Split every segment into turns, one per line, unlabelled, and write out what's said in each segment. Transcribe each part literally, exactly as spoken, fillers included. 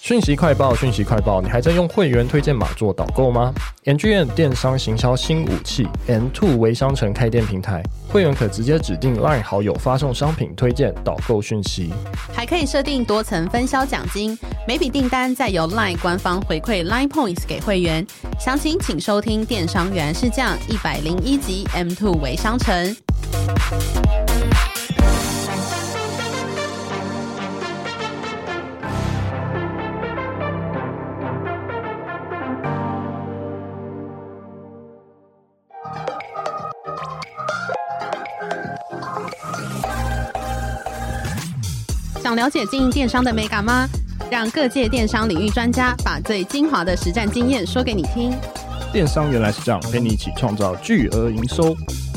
讯息快报，讯息快报，你还在用会员推荐码做导购吗 ？N G N 电商行销新武器 N 二 微商城开店平台，会员可直接指定 LINE 好友发送商品推荐、导购讯息，
还可以设定多层分销奖金，每笔订单再由 LINE 官方回馈 LINE Points 给会员。详情请收听电商原来是这样一百零一集 M 二 微商城。想了解经营电商的美感吗？让各界电商领域专家把最精华的实战经验说给你听。
电商原来是这样，陪你一起创造巨额营收。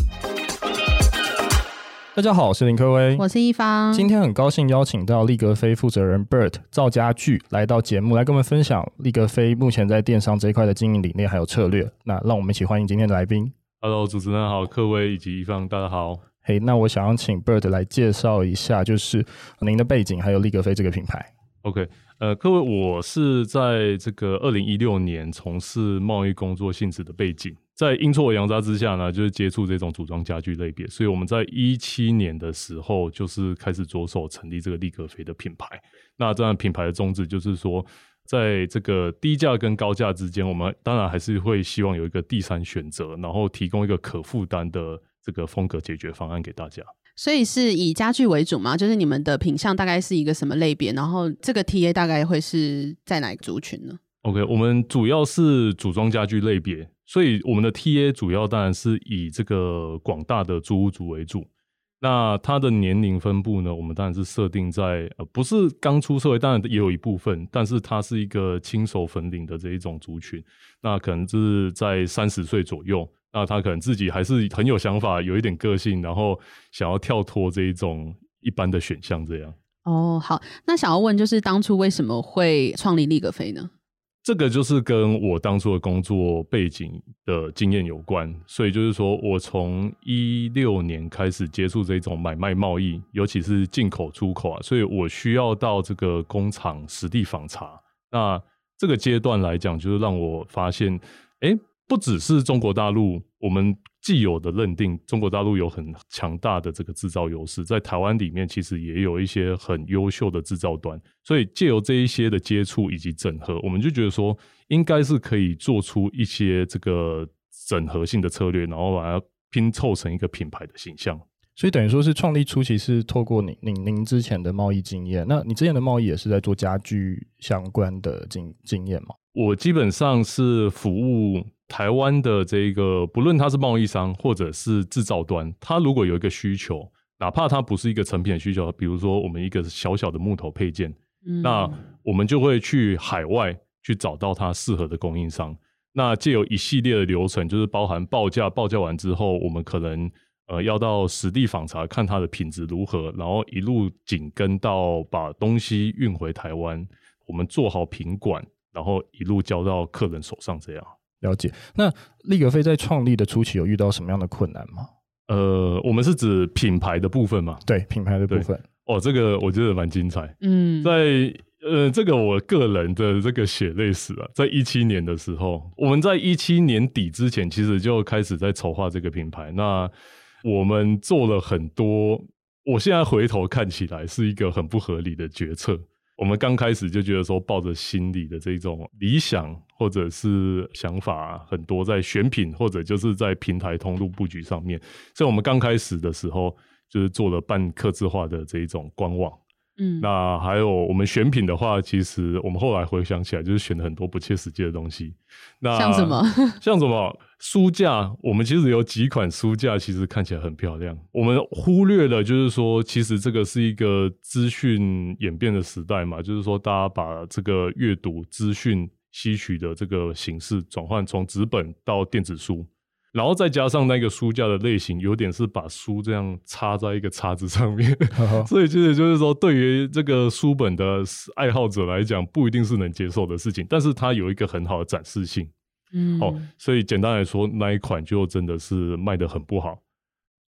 大家好，我是林科威，
我是一方。
今天很高兴邀请到立格飞负责人 Bert 赵家具来到节目，来跟我们分享立格飞目前在电商这一块的经营理念还有策略。那让我们一起欢迎今天的来宾。
Hello， 主持人好，科威以及一方，大家好。
嘿、hey, 那我想要请 Bert 来介绍一下，就是您的背景还有立格飞这个品牌。
OK， 呃，各位，我是在这个二零一六年从事贸易工作性质的背景，在阴错阳差之下呢，就是接触这种组装家具类别，所以我们在一七年的时候，就是开始着手成立这个立格飞的品牌。那这样品牌的宗旨就是说，在这个低价跟高价之间，我们当然还是会希望有一个第三选择，然后提供一个可负担的这个风格解决方案给大家。
所以是以家具为主吗？就是你们的品项大概是一个什么类别，然后这个 T A 大概会是在哪个族群呢？
OK， 我们主要是组装家具类别，所以我们的 T A 主要当然是以这个广大的租屋族为主。那它的年龄分布呢，我们当然是设定在呃不是刚出社会，当然也有一部分，但是它是一个轻熟粉领的这一种族群，那可能是在三十岁左右，那他可能自己还是很有想法，有一点个性，然后想要跳脱这一种一般的选项这样。
哦，好，那想要问就是当初为什么会创立立格飞呢？
这个就是跟我当初的工作背景的经验有关，所以就是说我从一六年开始接触这种买卖贸易，尤其是进口出口啊，所以我需要到这个工厂实地访查。那这个阶段来讲，就是让我发现，诶，不只是中国大陆，我们既有的认定中国大陆有很强大的这个制造优势，在台湾里面其实也有一些很优秀的制造端，所以借由这一些的接触以及整合，我们就觉得说应该是可以做出一些这个整合性的策略，然后把它拼凑成一个品牌的形象。
所以等于说是创立初期是透过您您您之前的贸易经验，那你之前的贸易也是在做家居相关的经经验吗？
我基本上是服务台湾的这个，不论他是贸易商或者是制造端，他如果有一个需求，哪怕他不是一个成品的需求，比如说我们一个小小的木头配件，嗯、那我们就会去海外去找到他适合的供应商。那藉由一系列的流程，就是包含报价，报价完之后，我们可能呃要到实地访查，看它的品质如何，然后一路紧跟到把东西运回台湾，我们做好品管，然后一路交到客人手上这样。
了解。那立格飞在创立的初期有遇到什么样的困难吗？
呃，我们是指品牌的部分吗？
对，品牌的部分。
哦，这个我觉得蛮精彩。
嗯，
在呃，这个我个人的这个血泪史啊，在一七年的时候，我们在一七年底之前，其实就开始在筹划这个品牌。那我们做了很多，我现在回头看起来是一个很不合理的决策。我们刚开始就觉得说，抱着心里的这种理想或者是想法很多在选品或者就是在平台通路布局上面，所以我们刚开始的时候就是做了半客制化的这一种官网。嗯，那还有我们选品的话，其实我们后来回想起来，就是选了很多不切实际的东西。那
像什么？
像什么书架？我们其实有几款书架，其实看起来很漂亮。我们忽略了，就是说，其实这个是一个资讯演变的时代嘛，就是说，大家把这个阅读资讯吸取的这个形式转换从纸本到电子书。然后再加上那个书架的类型，有点是把书这样插在一个叉子上面，所以其实就是说，对于这个书本的爱好者来讲，不一定是能接受的事情，但是它有一个很好的展示性。嗯，哦，所以简单来说，那一款就真的是卖得很不好。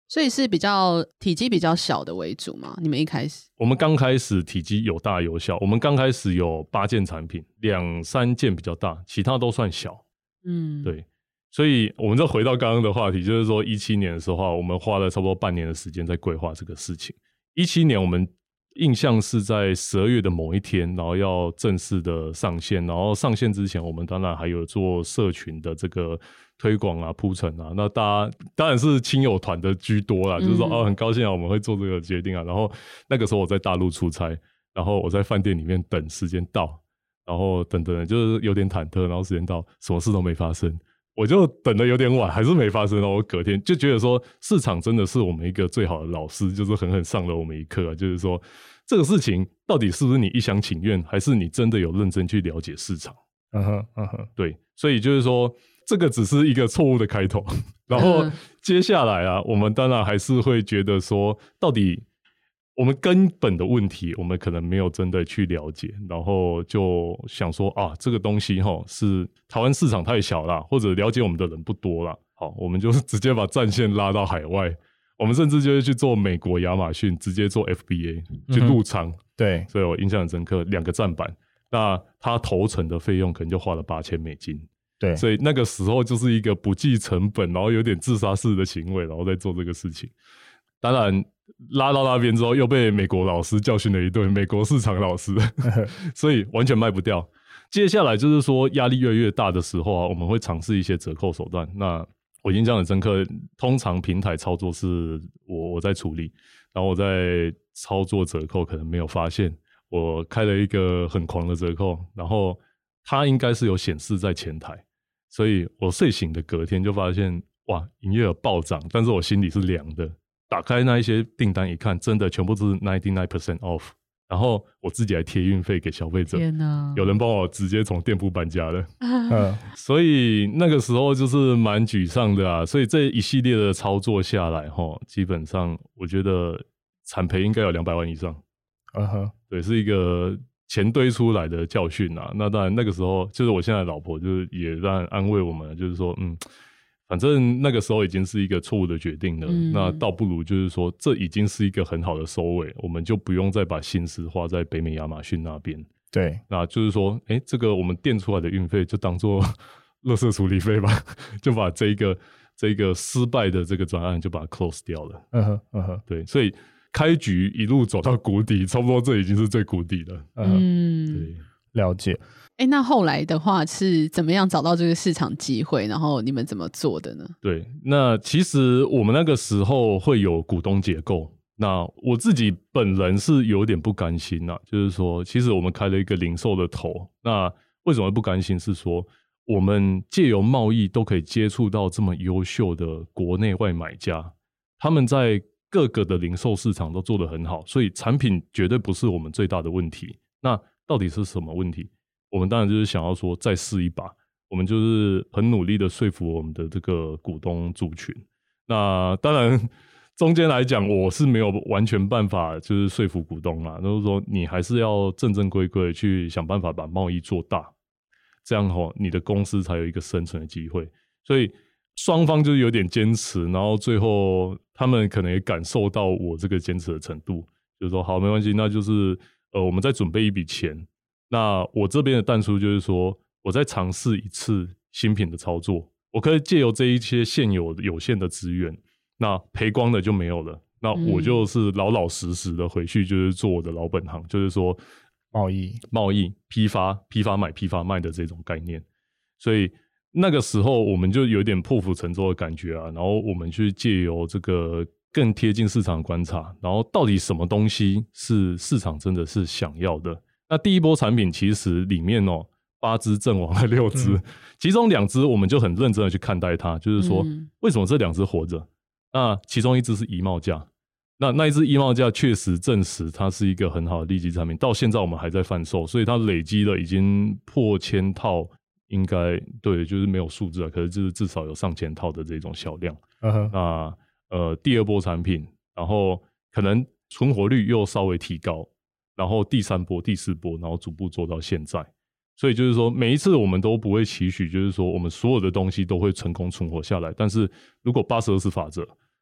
所以是比较体积比较小的为主吗？你们一开始？
我们刚开始体积有大有小，我们刚开始有八件产品，两三件比较大，其他都算小。嗯，对。所以我们再回到刚刚的话题，就是说一七年的时候，我们花了差不多半年的时间在规划这个事情。一七年我们印象是在十二月的某一天，然后要正式的上线，然后上线之前我们当然还有做社群的这个推广啊铺陈啊，那大家当然是亲友团的居多啦，嗯、就是说哦很高兴啊我们会做这个决定啊，然后那个时候我在大陆出差，然后我在饭店里面等时间到，然后等等就是有点忐忑，然后时间到什么事都没发生，我就等得有点晚还是没发生，然后我隔天就觉得说市场真的是我们一个最好的老师，就是狠狠上了我们一课啊，就是说这个事情到底是不是你一厢情愿，还是你真的有认真去了解市场。嗯哼嗯哼，对，所以就是说这个只是一个错误的开头然后接下来啊我们当然还是会觉得说到底我们根本的问题我们可能没有真的去了解，然后就想说啊这个东西齁是台湾市场太小啦，或者了解我们的人不多啦，好，我们就直接把战线拉到海外，我们甚至就是去做美国亚马逊，直接做 F B A 去入仓、嗯、
对，
所以我印象很深刻，两个站板，那他投程的费用可能就花了八千美金，
对，
所以那个时候就是一个不计成本，然后有点自杀式的行为，然后再做这个事情。当然拉到那边之后又被美国老师教训了一顿，美国市场老师所以完全卖不掉。接下来就是说压力越来越大的时候啊，我们会尝试一些折扣手段，那我印象很深刻，通常平台操作是我我在处理，然后我在操作折扣可能没有发现我开了一个很狂的折扣，然后它应该是有显示在前台，所以我睡醒的隔天就发现哇营业额暴涨，但是我心里是凉的，打开那一些订单一看，真的全部都是 百分之九十九 off， 然后我自己还贴运费给消费者，
天哪，
有人帮我直接从店铺搬家了所以那个时候就是蛮沮丧的啊，所以这一系列的操作下来基本上我觉得产赔应该有两百万以上。嗯哼，对，是一个钱堆出来的教训啊。那当然那个时候就是我现在的老婆就是也让安慰我们，就是说嗯反正那个时候已经是一个错误的决定了、嗯、那倒不如就是说这已经是一个很好的收尾，我们就不用再把心思花在北美亚马逊那边。
对，
那就是说诶这个我们垫出来的运费就当做垃圾处理费吧就把这一个这一个失败的这个专案就把它 close 掉了。嗯哼嗯哼，对，所以开局一路走到谷底，差不多这已经是最谷底了。嗯，对，
了解。
欸，那后来的话是怎么样找到这个市场机会，然后你们怎么做的呢？
对，那其实我们那个时候会有股东结构，那我自己本人是有点不甘心啊，就是说其实我们开了一个零售的头，那为什么不甘心，是说我们借由贸易都可以接触到这么优秀的国内外买家，他们在各个的零售市场都做得很好，所以产品绝对不是我们最大的问题。那到底是什么问题？我们当然就是想要说再试一把，我们就是很努力的说服我们的这个股东族群。那当然中间来讲我是没有完全办法就是说服股东啦，就是说你还是要正正规规去想办法把贸易做大，这样齁你的公司才有一个生存的机会。所以双方就是有点坚持，然后最后他们可能也感受到我这个坚持的程度，就是说好没关系，那就是呃我们再准备一笔钱，那我这边的弹出就是说我再尝试一次新品的操作，我可以借由这一些现有有限的资源，那赔光的就没有了，那我就是老老实实的回去就是做我的老本行，就是说
贸易
贸易批发批发买批发卖的这种概念。所以那个时候我们就有点破釜沉舟的感觉啊，然后我们去借由这个更贴近市场观察，然后到底什么东西是市场真的是想要的。那第一波产品其实里面哦八只阵亡了六只、嗯、其中两只我们就很认真的去看待它，就是说为什么这两只活着，那其中一只是移贸价，那那一只移贸价确实证实它是一个很好的利基产品，到现在我们还在贩售，所以它累积了已经破千套，应该对就是没有数字啊，可是就是至少有上千套的这种销量、uh-huh. 那呃第二波产品，然后可能存活率又稍微提高，然后第三波第四波，然后逐步做到现在。所以就是说每一次我们都不会期许就是说我们所有的东西都会成功存活下来，但是如果八十二十法则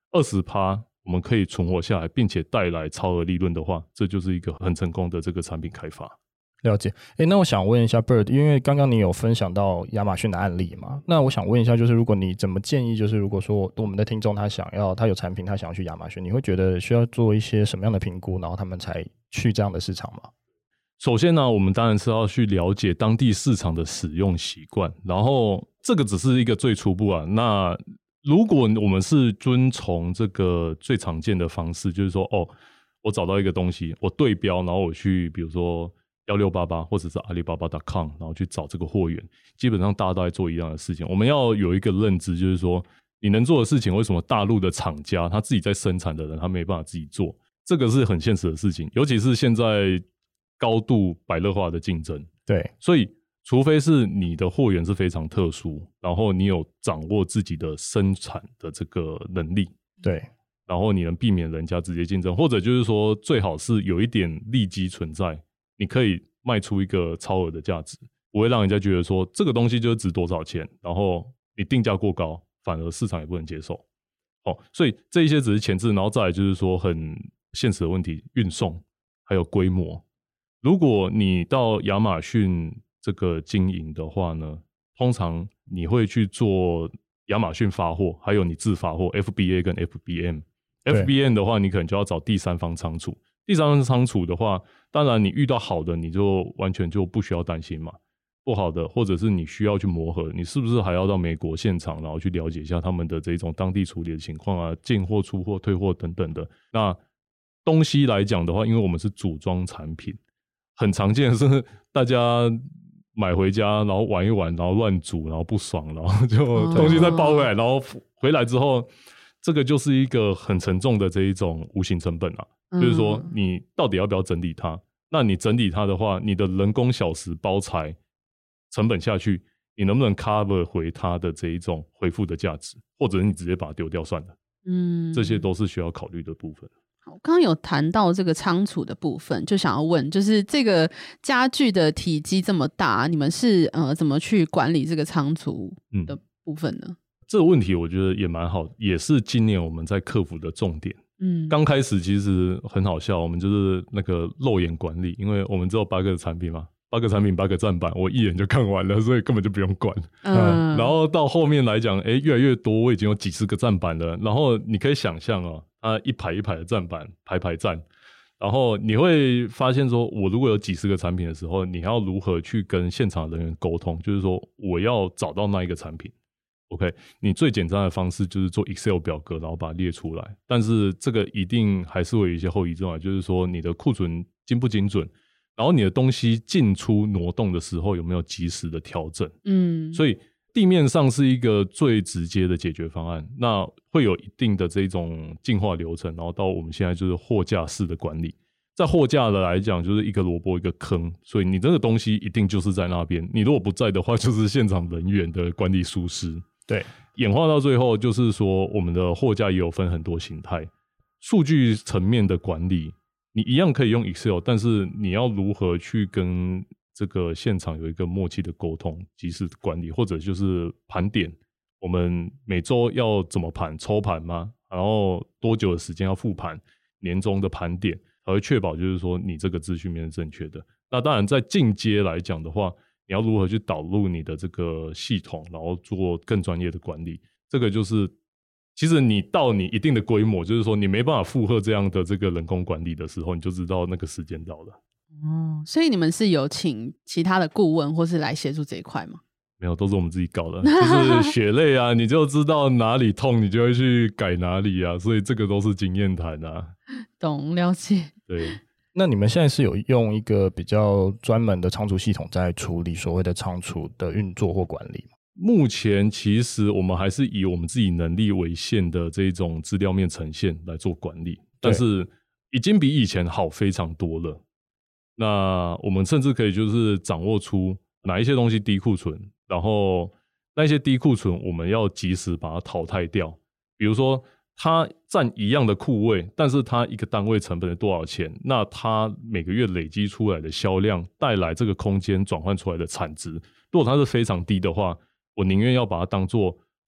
二十趴我们可以存活下来，并且带来超额利润的话，这就是一个很成功的这个产品开发。
了解。诶，那我想问一下 Bird， 因为刚刚你有分享到亚马逊的案例嘛，那我想问一下，就是如果你怎么建议，就是如果说我们的听众他想要他有产品他想要去亚马逊，你会觉得需要做一些什么样的评估，然后他们才去这样的市场吗？
首先呢，我们当然是要去了解当地市场的使用习惯，然后这个只是一个最初步啊。那如果我们是遵从这个最常见的方式，就是说哦，我找到一个东西，我对标，然后我去比如说一六八八或者是阿里巴巴 .com， 然后去找这个货源，基本上大家都在做一样的事情。我们要有一个认知，就是说你能做的事情，为什么大陆的厂家他自己在生产的人他没办法自己做？这个是很现实的事情，尤其是现在高度百乐化的竞争。
对，
所以除非是你的货源是非常特殊，然后你有掌握自己的生产的这个能力，
对，
然后你能避免人家直接竞争，或者就是说最好是有一点利基存在，你可以卖出一个超额的价值，不会让人家觉得说这个东西就是值多少钱，然后你定价过高，反而市场也不能接受。哦，所以这一些只是前置，然后再来就是说很现实的问题，运送还有规模。如果你到亚马逊这个经营的话呢，通常你会去做亚马逊发货，还有你自发货 F B A 跟 F B M。F B M 的话，你可能就要找第三方仓储。第三方仓储的话，当然你遇到好的，你就完全就不需要担心嘛。不好的，或者是你需要去磨合，你是不是还要到美国现场，然后去了解一下他们的这种当地处理的情况啊，进货、出货、退货等等的。那东西来讲的话，因为我们是组装产品，很常见的是大家买回家，然后玩一玩，然后乱煮，然后不爽，然后就东西再包回来，然后回来之后，这个就是一个很沉重的这一种无形成本啊。就是说，你到底要不要整理它？那你整理它的话，你的人工小时包材成本下去，你能不能 cover 回它的这一种回复的价值，或者你直接把它丢掉算了？嗯，这些都是需要考虑的部分。
我刚刚有谈到这个仓储的部分，就想要问，就是这个家具的体积这么大，你们是呃怎么去管理这个仓储的部分呢？嗯，
这个问题我觉得也蛮好，也是今年我们在克服的重点。嗯，刚开始其实很好笑，我们就是那个肉眼管理，因为我们只有八个产品嘛，八个产品八个站板，我一眼就看完了，所以根本就不用管。嗯，然后到后面来讲，哎，越来越多，我已经有几十个站板了。然后你可以想象哦，它一排一排的站板，排排站，然后你会发现说，我如果有几十个产品的时候，你还要如何去跟现场人员沟通？就是说，我要找到那一个产品。OK， 你最简单的方式就是做 Excel 表格，然后把它列出来。但是这个一定还是会有一些后遗症啊，就是说你的库存精不精准，然后你的东西进出挪动的时候有没有及时的调整。嗯，所以地面上是一个最直接的解决方案，那会有一定的这种进化流程，然后到我们现在就是货架式的管理。在货架的来讲，就是一个萝卜一个坑，所以你这个东西一定就是在那边，你如果不在的话，就是现场人员的管理疏失。
对，
演化到最后就是说，我们的货架也有分很多形态，数据层面的管理，你一样可以用 Excel， 但是你要如何去跟这个现场有一个默契的沟通，及时管理，或者就是盘点，我们每周要怎么盘，抽盘吗？然后多久的时间要复盘，年终的盘点，才会确保就是说你这个资讯面是正确的。那当然在进阶来讲的话，你要如何去导入你的这个系统，然后做更专业的管理，这个就是其实你到你一定的规模，就是说你没办法负荷这样的这个人工管理的时候，你就知道那个时间到了。
哦，所以你们是有请其他的顾问或是来协助这一块吗？
没有，都是我们自己搞的，就是血泪啊，你就知道哪里痛，你就会去改哪里啊，所以这个都是经验谈啊。
懂，了解。
对。
那你们现在是有用一个比较专门的仓储系统在处理所谓的仓储的运作或管理吗？
目前其实我们还是以我们自己能力为限的这种资料面呈现来做管理，但是已经比以前好非常多了。那我们甚至可以就是掌握出哪一些东西低库存，然后那些低库存我们要及时把它淘汰掉。比如说它占一样的库位，但是它一个单位成本是多少钱，那它每个月累积出来的销量带来这个空间转换出来的产值，如果它是非常低的话，我宁愿要把它当做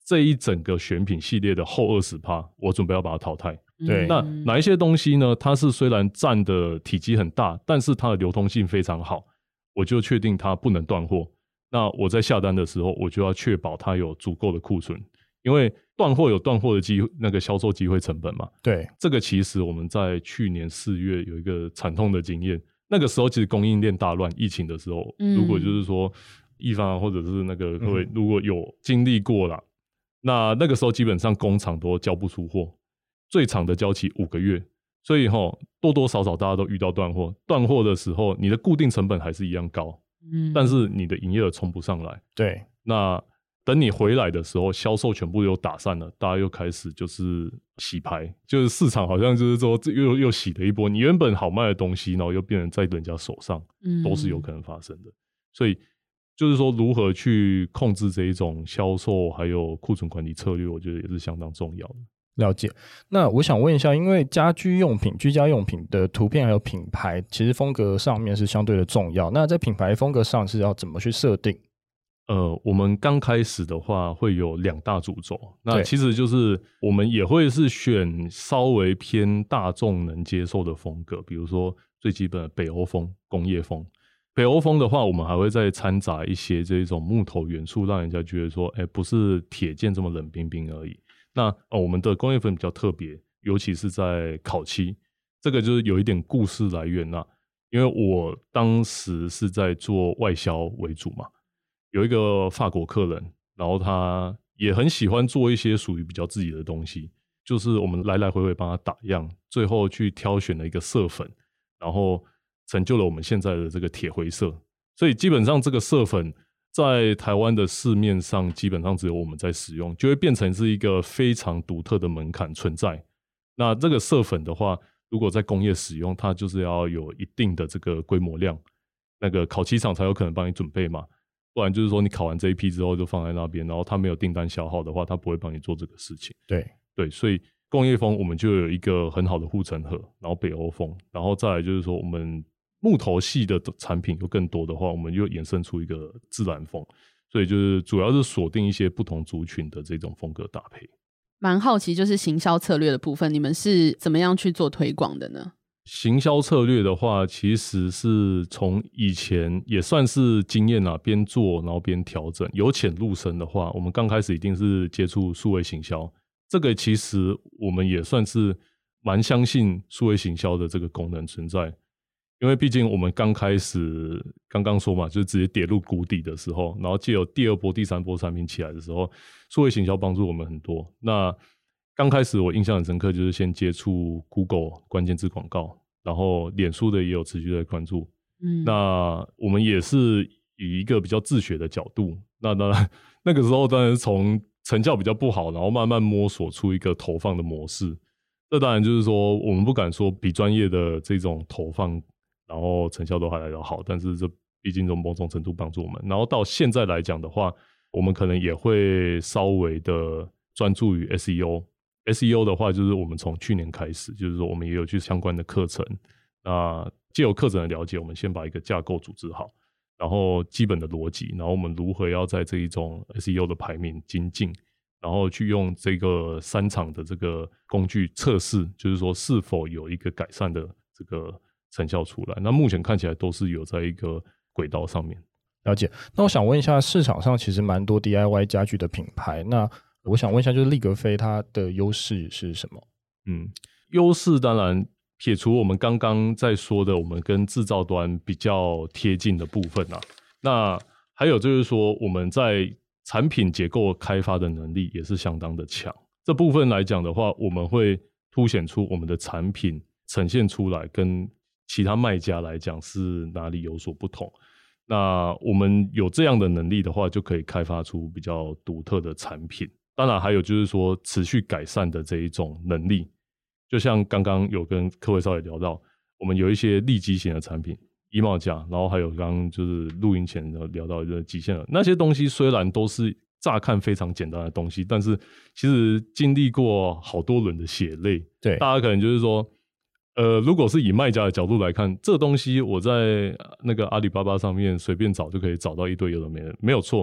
这一整个选品系列的后 百分之二十 我准备要把它淘汰。
对，
那哪一些东西呢？它是虽然占的体积很大，但是它的流通性非常好，我就确定它不能断货。那我在下单的时候，我就要确保它有足够的库存，因为断货有断货的机会，那个销售机会成本嘛。
对，
这个其实我们在去年四月有一个惨痛的经验。那个时候其实供应链大乱，疫情的时候，
嗯、
如果就是说一方或者是那个各位如果有经历过啦、嗯、那那个时候基本上工厂都交不出货，最长的交期五个月，所以齁多多少少大家都遇到断货。断货的时候，你的固定成本还是一样高，嗯，但是你的营业额冲不上来。
对，
那等你回来的时候，销售全部又打散了，大家又开始就是洗牌，就是市场好像就是说又又洗了一波，你原本好卖的东西，然后又变成在人家手上，嗯，都是有可能发生的。所以就是说如何去控制这一种销售还有库存管理策略，我觉得也是相当重要的。
了解。那我想问一下，因为家居用品、居家用品的图片还有品牌，其实风格上面是相对的重要。那在品牌风格上是要怎么去设定？
呃，我们刚开始的话会有两大主轴，那其实就是我们也会是选稍微偏大众能接受的风格，比如说最基本的北欧风、工业风。北欧风的话，我们还会再掺杂一些这种木头元素，让人家觉得说，哎，不是铁件这么冷冰冰而已。那、哦、我们的工业风比较特别，尤其是在烤漆，这个就是有一点故事来源啦。因为我当时是在做外销为主嘛。有一个法国客人，然后他也很喜欢做一些属于比较自己的东西，就是我们来来回回帮他打样，最后去挑选了一个色粉，然后成就了我们现在的这个铁灰色。所以基本上这个色粉在台湾的市面上基本上只有我们在使用，就会变成是一个非常独特的门槛存在。那这个色粉的话，如果在工业使用，它就是要有一定的这个规模量，那个烤漆厂才有可能帮你准备嘛。不然就是说你烤完这一批之后就放在那边，然后他没有订单消耗的话，他不会帮你做这个事情。
对
对，所以工业风我们就有一个很好的护城河，然后北欧风，然后再来就是说我们木头系的产品又更多的话，我们又衍生出一个自然风，所以就是主要是锁定一些不同族群的这种风格搭配。
蛮好奇就是行销策略的部分，你们是怎么样去做推广的呢？
行销策略的话，其实是从以前也算是经验啦，边做然后边调整。由浅入深的话，我们刚开始一定是接触数位行销，这个其实我们也算是蛮相信数位行销的这个功能存在，因为毕竟我们刚开始刚刚说嘛，就是直接跌入谷底的时候，然后藉由第二波、第三波产品起来的时候，数位行销帮助我们很多。那刚开始我印象很深刻，就是先接触 Google 关键字广告，然后脸书的也有持续在关注。嗯，那我们也是以一个比较自学的角度，那当然那个时候当然是从成效比较不好，然后慢慢摸索出一个投放的模式。这当然就是说，我们不敢说比专业的这种投放，然后成效都还来得好，但是这毕竟从某种程度帮助我们。然后到现在来讲的话，我们可能也会稍微的专注于 S E O。S E O 的话，就是我们从去年开始，就是说我们也有去相关的课程。那藉由课程的了解，我们先把一个架构组织好，然后基本的逻辑，然后我们如何要在这一种 S E O 的排名精进，然后去用这个三场的这个工具测试，就是说是否有一个改善的这个成效出来。那目前看起来都是有在一个轨道上面。
了解。那我想问一下，市场上其实蛮多 D I Y 家具的品牌，那我想问一下，就是利格菲它的优势是什么？
嗯，优势当然撇除我们刚刚在说的我们跟制造端比较贴近的部分啊，那还有就是说我们在产品结构开发的能力也是相当的强。这部分来讲的话，我们会凸显出我们的产品呈现出来跟其他卖家来讲是哪里有所不同。那我们有这样的能力的话，就可以开发出比较独特的产品。当然还有就是说持续改善的这一种能力，就像刚刚有跟各位稍微聊到，我们有一些利基型的产品衣帽架，然后还有刚刚就是录音前聊到的极限了，那些东西虽然都是乍看非常简单的东西，但是其实经历过好多轮的血泪。
对，
大家可能就是说呃，如果是以卖家的角度来看，这东西我在那个阿里巴巴上面随便找就可以找到一堆有的没的，没有错。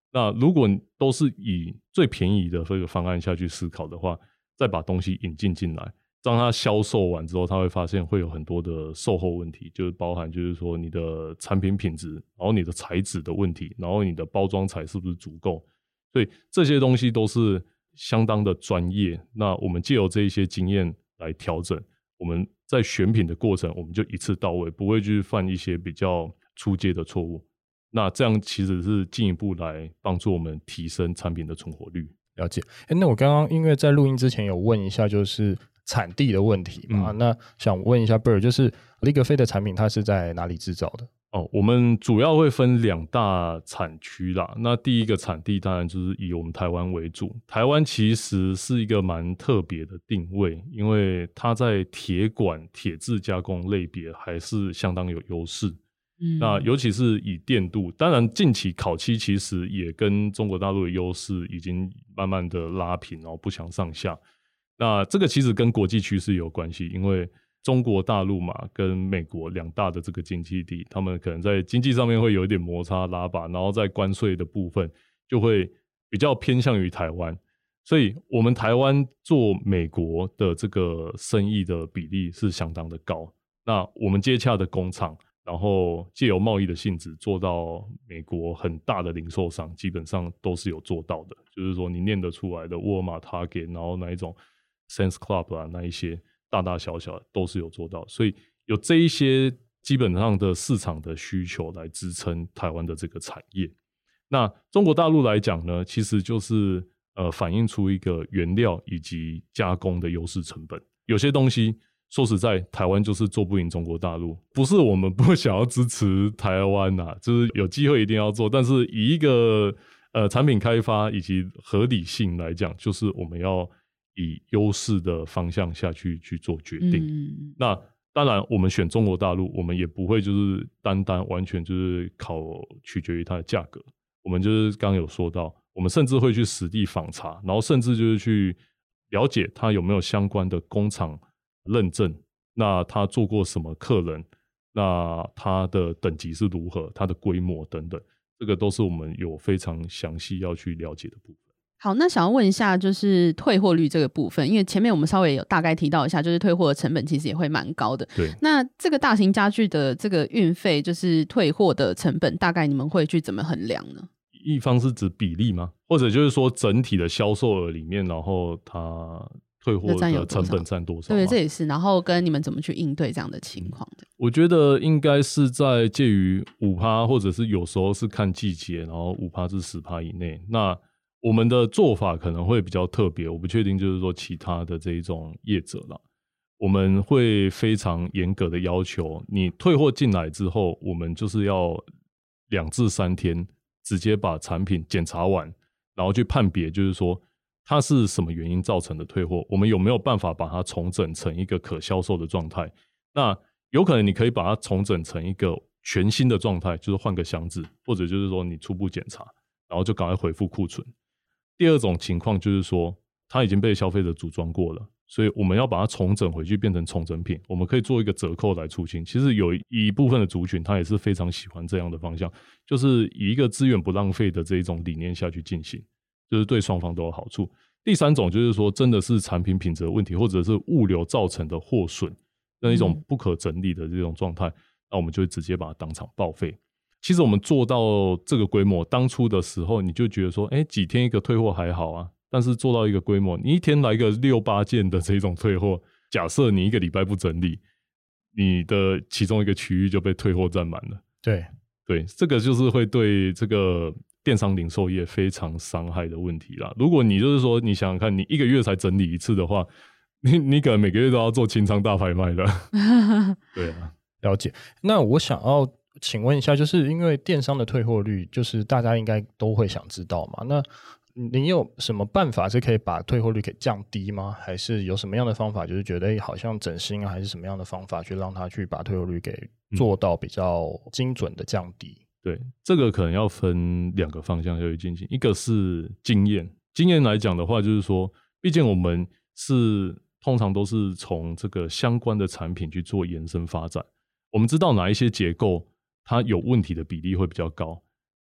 那如果都是以最便宜的这个方案下去思考的话，再把东西引进进来，当它销售完之后，他会发现会有很多的售后问题，就是包含就是说你的产品品质，然后你的材质的问题，然后你的包装材是不是足够，所以这些东西都是相当的专业。那我们藉由这一些经验来调整，我们在选品的过程我们就一次到位，不会去犯一些比较初阶的错误。那这样其实是进一步来帮助我们提升产品的存活率。
了解。欸、那我刚刚因为在录音之前有问一下就是产地的问题嘛、嗯、那想问一下 Bird， 就是利格菲的产品它是在哪里制造的？
哦，我们主要会分两大产区啦。那第一个产地当然就是以我们台湾为主。台湾其实是一个蛮特别的定位，因为它在铁管铁制加工类别还是相当有优势。嗯，那尤其是以电镀，当然近期烤漆其实也跟中国大陆的优势已经慢慢的拉平，然后不相上下。那这个其实跟国际趋势有关系，因为中国大陆嘛跟美国两大的这个经济体，他们可能在经济上面会有一点摩擦拉拔，然后在关税的部分就会比较偏向于台湾，所以我们台湾做美国的这个生意的比例是相当的高。那我们接洽的工厂，然后藉由贸易的性质做到美国很大的零售商，基本上都是有做到的，就是说你念得出来的沃尔玛、Target， 然后那一种 Sam's Club 啊，那一些大大小小都是有做到，所以有这一些基本上的市场的需求来支撑台湾的这个产业。那中国大陆来讲呢，其实就是呃反映出一个原料以及加工的优势成本，有些东西说实在，台湾就是做不赢中国大陆，不是我们不想要支持台湾啊，就是有机会一定要做，但是以一个呃产品开发以及合理性来讲，就是我们要以优势的方向下去去做决定。嗯、那当然，我们选中国大陆，我们也不会就是单单完全就是靠取决于它的价格，我们就是刚刚有说到，我们甚至会去实地访查，然后甚至就是去了解它有没有相关的工厂认证，那他做过什么客人，那他的等级是如何，他的规模等等，这个都是我们有非常详细要去了解的部分。
好，那想要问一下就是退货率这个部分，因为前面我们稍微有大概提到一下，就是退货的成本其实也会蛮高的。
对，
那这个大型家具的这个运费，就是退货的成本，大概你们会去怎么衡量呢？
一方是指比例吗？或者就是说整体的销售额里面，然后它退货的成本占多少？
对，这也是。然后跟你们怎么去应对这样的情况的？
我觉得应该是在介于 百分之五， 或者是有时候是看季节，然后 百分之五 至 百分之十 以内。那我们的做法可能会比较特别，我不确定就是说其他的这一种业者啦，我们会非常严格的要求，你退货进来之后，我们就是要两至三天直接把产品检查完，然后去判别就是说它是什么原因造成的退货，我们有没有办法把它重整成一个可销售的状态。那有可能你可以把它重整成一个全新的状态，就是换个箱子，或者就是说你初步检查然后就赶快回复库存。第二种情况就是说它已经被消费者组装过了，所以我们要把它重整回去变成重整品，我们可以做一个折扣来出清。其实有一部分的族群他也是非常喜欢这样的方向，就是以一个资源不浪费的这一种理念下去进行，就是对双方都有好处。第三种就是说真的是产品品质的问题，或者是物流造成的货损，那一种不可整理的这种状态、嗯、那我们就会直接把它当场报废。其实我们做到这个规模，当初的时候你就觉得说诶几天一个退货还好啊，但是做到一个规模，你一天来个六八件的这种退货，假设你一个礼拜不整理，你的其中一个区域就被退货占满了。
对
对，这个就是会对这个电商零售业非常伤害的问题啦。如果你就是说你想想看，你一个月才整理一次的话，你你可能每个月都要做清仓大拍卖的。对啊，
了解。那我想要请问一下，就是因为电商的退货率就是大家应该都会想知道嘛，那你有什么办法是可以把退货率给降低吗？还是有什么样的方法就是觉得好像整新啊，还是什么样的方法去让它去把退货率给做到比较精准的降低、嗯、
对，这个可能要分两个方向要去进行。一个是经验，经验来讲的话就是说毕竟我们是通常都是从这个相关的产品去做延伸发展，我们知道哪一些结构它有问题的比例会比较高，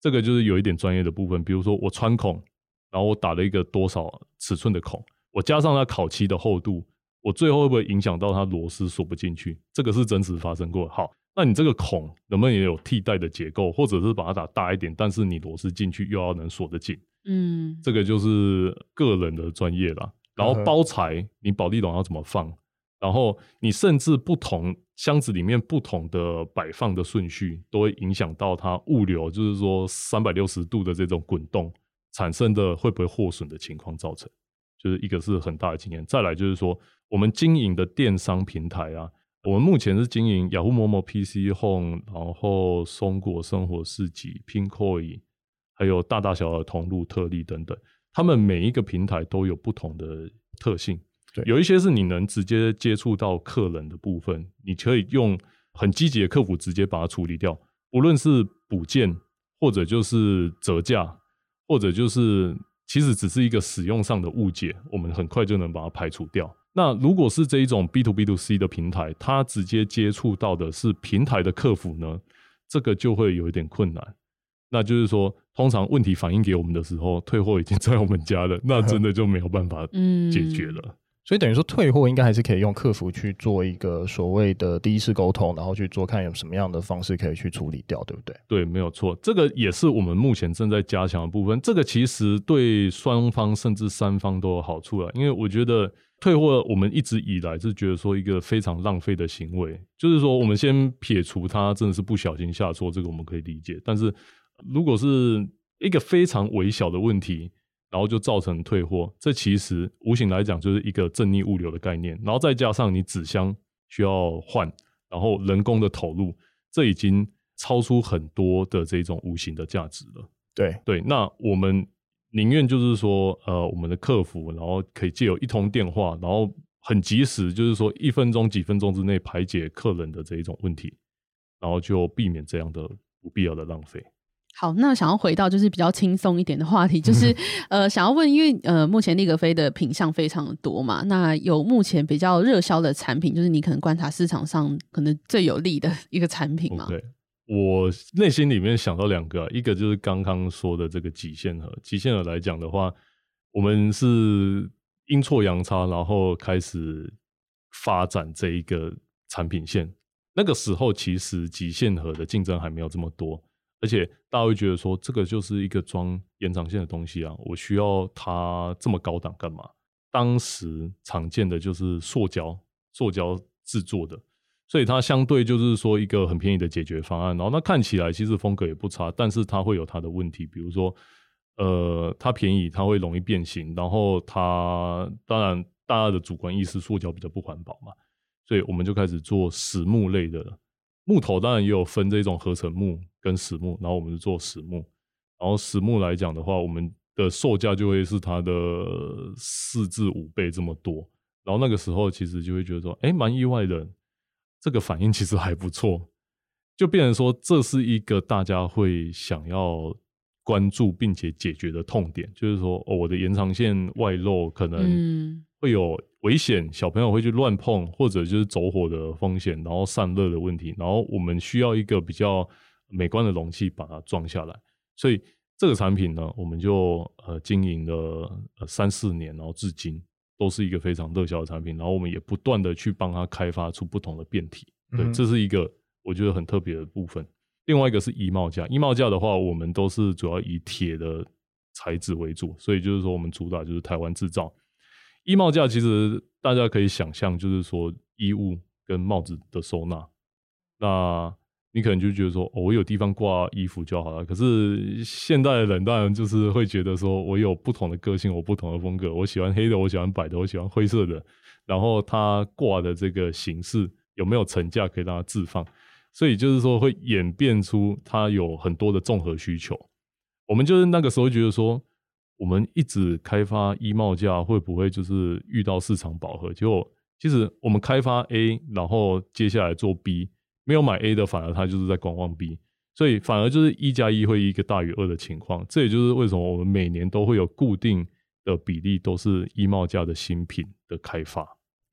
这个就是有一点专业的部分，比如说我穿孔，然后我打了一个多少尺寸的孔，我加上它烤漆的厚度，我最后会不会影响到它螺丝锁不进去？这个是真实发生过的。好，那你这个孔能不能也有替代的结构，或者是把它打大一点，但是你螺丝进去又要能锁得紧？嗯，这个就是个人的专业啦。然后包材，你保丽龙要怎么放？然后你甚至不同箱子里面不同的摆放的顺序，都会影响到它物流，就是说三百六十度的这种滚动产生的会不会获损的情况造成，就是一个是很大的经验。再来就是说，我们经营的电商平台啊，我们目前是经营雅虎、某某、P C Home， 然后松果生活市集、Pinkoi， 还有大大小小的通路、特例等等，他们每一个平台都有不同的特性。有一些是你能直接接触到客人的部分，你可以用很积极的客服直接把它处理掉，无论是补件或者就是折价，或者就是其实只是一个使用上的误解，我们很快就能把它排除掉。那如果是这一种 B to B to C 的平台，它直接接触到的是平台的客服呢，这个就会有一点困难。那就是说通常问题反映给我们的时候，退货已经在我们家了，那真的就没有办法解决了。嗯，
所以等于说退货应该还是可以用客服去做一个所谓的第一次沟通，然后去做看有什么样的方式可以去处理掉，对不对？
对，没有错，这个也是我们目前正在加强的部分。这个其实对双方甚至三方都有好处啦，因为我觉得退货我们一直以来是觉得说一个非常浪费的行为，就是说我们先撇除它真的是不小心下错，这个我们可以理解，但是如果是一个非常微小的问题，然后就造成退货，这其实无形来讲就是一个正逆物流的概念，然后再加上你纸箱需要换，然后人工的投入，这已经超出很多的这种无形的价值了。
对
对，那我们宁愿就是说呃，我们的客服然后可以借由一通电话，然后很及时，就是说一分钟几分钟之内排解客人的这一种问题，然后就避免这样的不必要的浪费。
好，那想要回到就是比较轻松一点的话题，就是呃，想要问，因为呃，目前利格菲的品项非常的多嘛，那有目前比较热销的产品，就是你可能观察市场上可能最有利的一个产品嘛？
对，我内心里面想到两个、啊，一个就是刚刚说的这个极限盒。极限盒来讲的话，我们是阴错阳差，然后开始发展这一个产品线。那个时候其实极限盒的竞争还没有这么多。而且大家会觉得说这个就是一个装延长线的东西啊，我需要它这么高档干嘛？当时常见的就是塑胶塑胶制作的，所以它相对就是说一个很便宜的解决方案，然后它看起来其实风格也不差，但是它会有它的问题，比如说呃，它便宜，它会容易变形，然后它当然大家的主观意识塑胶比较不环保嘛，所以我们就开始做实木类的了。木头当然也有分这种合成木跟实木，然后我们是做实木，然后实木来讲的话，我们的售价就会是它的四至五倍这么多，然后那个时候其实就会觉得说，诶，蛮意外的，这个反应其实还不错，就变成说这是一个大家会想要关注并且解决的痛点，就是说、哦、我的延长线外露可能会有危险，小朋友会去乱碰，或者就是走火的风险，然后散热的问题，然后我们需要一个比较美观的容器把它装下来，所以这个产品呢，我们就呃经营了呃三四年，然后至今都是一个非常热销的产品，然后我们也不断的去帮它开发出不同的变体，对，嗯、这是一个我觉得很特别的部分。另外一个是衣帽架，衣帽架的话，我们都是主要以铁的材质为主，所以就是说我们主打就是台湾制造。衣帽架其实大家可以想象，就是说衣物跟帽子的收纳，那你可能就觉得说、哦、我有地方挂衣服就好了，可是现代的人当然就是会觉得说我有不同的个性，我不同的风格，我喜欢黑的，我喜欢白的，我喜欢灰色的，然后它挂的这个形式有没有层架可以让它置放，所以就是说会演变出它有很多的综合需求。我们就是那个时候觉得说我们一直开发衣帽架会不会就是遇到市场饱和，结果其实我们开发 A 然后接下来做 B， 没有买 A 的反而他就是在观望 B， 所以反而就是一加一会一个大于二的情况。这也就是为什么我们每年都会有固定的比例都是衣帽架的新品的开发。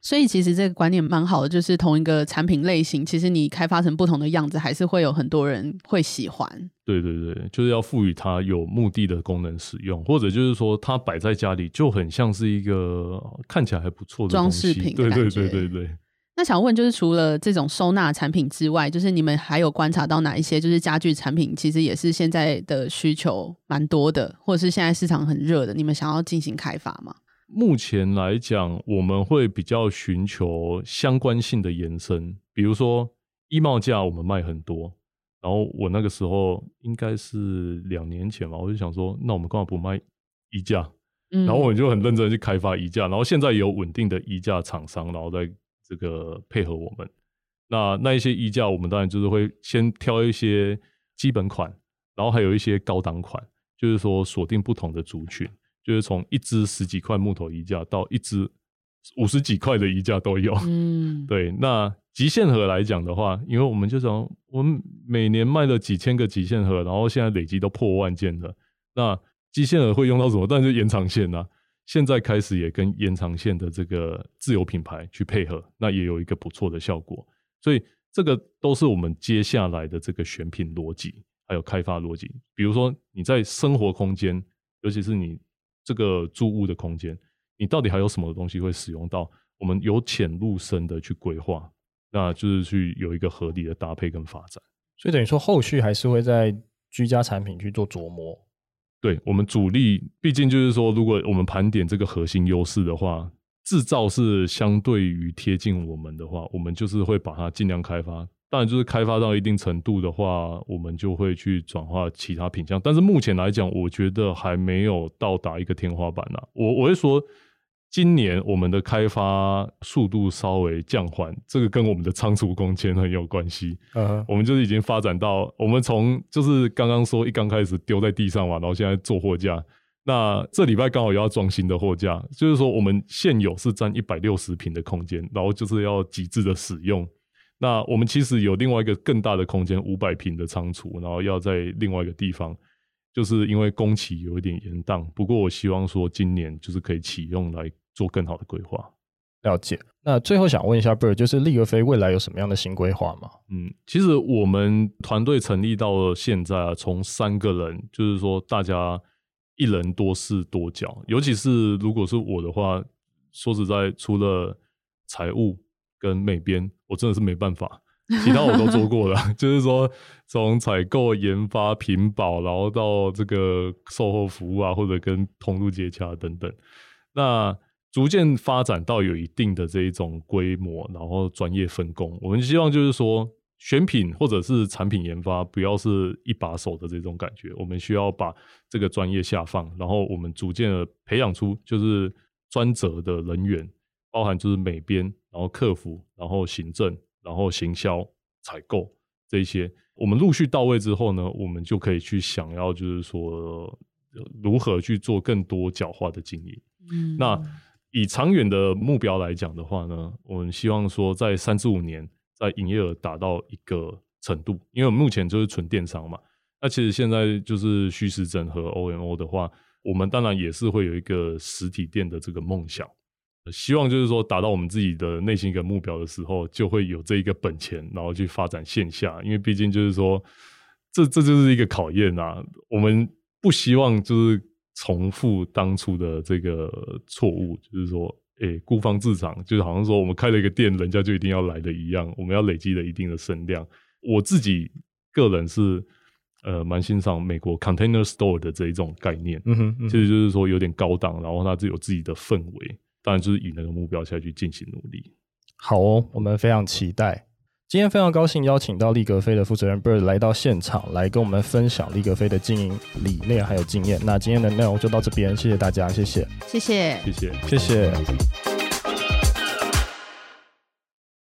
所以其实这个观念蛮好的，就是同一个产品类型，其实你开发成不同的样子，还是会有很多人会喜欢。
对对对，就是要赋予它有目的的功能使用，或者就是说它摆在家里就很像是一个看起来还不错的
装饰品的感觉。
对对对对对。
那想问就是除了这种收纳产品之外，就是你们还有观察到哪一些就是家具产品其实也是现在的需求蛮多的，或者是现在市场很热的，你们想要进行开发吗？
目前来讲我们会比较寻求相关性的延伸，比如说衣帽架我们卖很多，然后我那个时候应该是两年前吧，我就想说那我们干嘛不卖衣架、嗯、然后我们就很认真去开发衣架，然后现在也有稳定的衣架厂商，然后在这个配合我们。那那一些衣架我们当然就是会先挑一些基本款，然后还有一些高档款，就是说锁定不同的族群，就是从一支十几块木头衣架到一支五十几块的衣架都有。嗯，对。那极限盒来讲的话，因为我们就讲我们每年卖了几千个极限盒，然后现在累积都破万件了。那极限盒会用到什么？当然就延长线啊。现在开始也跟延长线的这个自有品牌去配合，那也有一个不错的效果。所以这个都是我们接下来的这个选品逻辑，还有开发逻辑。比如说你在生活空间，尤其是你这个住屋的空间，你到底还有什么东西会使用到？我们由浅入深的去规划，那就是去有一个合理的搭配跟发展。
所以等于说后续还是会在居家产品去做琢磨。
对，我们主力毕竟就是说如果我们盘点这个核心优势的话，制造是相对于贴近我们的话，我们就是会把它尽量开发。当然就是开发到一定程度的话，我们就会去转化其他品项，但是目前来讲我觉得还没有到达一个天花板啊。我我会说今年我们的开发速度稍微降缓，这个跟我们的仓储空间很有关系。uh-huh. 我们就是已经发展到我们从就是刚刚说一刚开始丢在地上嘛，然后现在做货架，那这礼拜刚好也要装新的货架，就是说我们现有是占一百六十平的空间，然后就是要极致的使用。那我们其实有另外一个更大的空间五百平的仓储，然后要在另外一个地方，就是因为工期有一点延宕，不过我希望说今年就是可以启用来做更好的规划。
了解。那最后想问一下 Bird， 就是立格飞未来有什么样的新规划吗？
嗯，其实我们团队成立到现在啊，从三个人，就是说大家一人多事多角，尤其是如果是我的话，说实在除了财务跟美编我真的是没办法，其他我都做过了就是说从采购研发品保，然后到这个售后服务啊，或者跟通路接洽等等，那逐渐发展到有一定的这一种规模，然后专业分工。我们希望就是说选品或者是产品研发不要是一把手的这种感觉，我们需要把这个专业下放，然后我们逐渐的培养出就是专责的人员，包含就是美编，然后客服，然后行政，然后行销，采购这一些，我们陆续到位之后呢，我们就可以去想要就是说如何去做更多角化的经营。嗯，那以长远的目标来讲的话呢，我们希望说在三至五年在营业额达到一个程度，因为我们目前就是纯电商嘛，那其实现在就是虚实整合 O M O 的话，我们当然也是会有一个实体店的这个梦想，希望就是说达到我们自己的内心一个目标的时候，就会有这一个本钱，然后去发展线下，因为毕竟就是说这这就是一个考验啊，我们不希望就是重复当初的这个错误，就是说诶孤芳自赏，就是好像说我们开了一个店人家就一定要来的一样，我们要累积了一定的声量。我自己个人是呃蛮欣赏美国 container store 的这一种概念，嗯哼，嗯哼，其实就是说有点高档，然后它有自己的氛围，当然就是以那个目标下去进行努力。
好哦，我们非常期待。今天非常高兴邀请到立格飞的负责人 Bird 来到现场，来跟我们分享立格飞的经营理念还有经验。那今天的内容就到这边，谢谢大家，谢谢，
谢谢，
谢谢，
谢谢。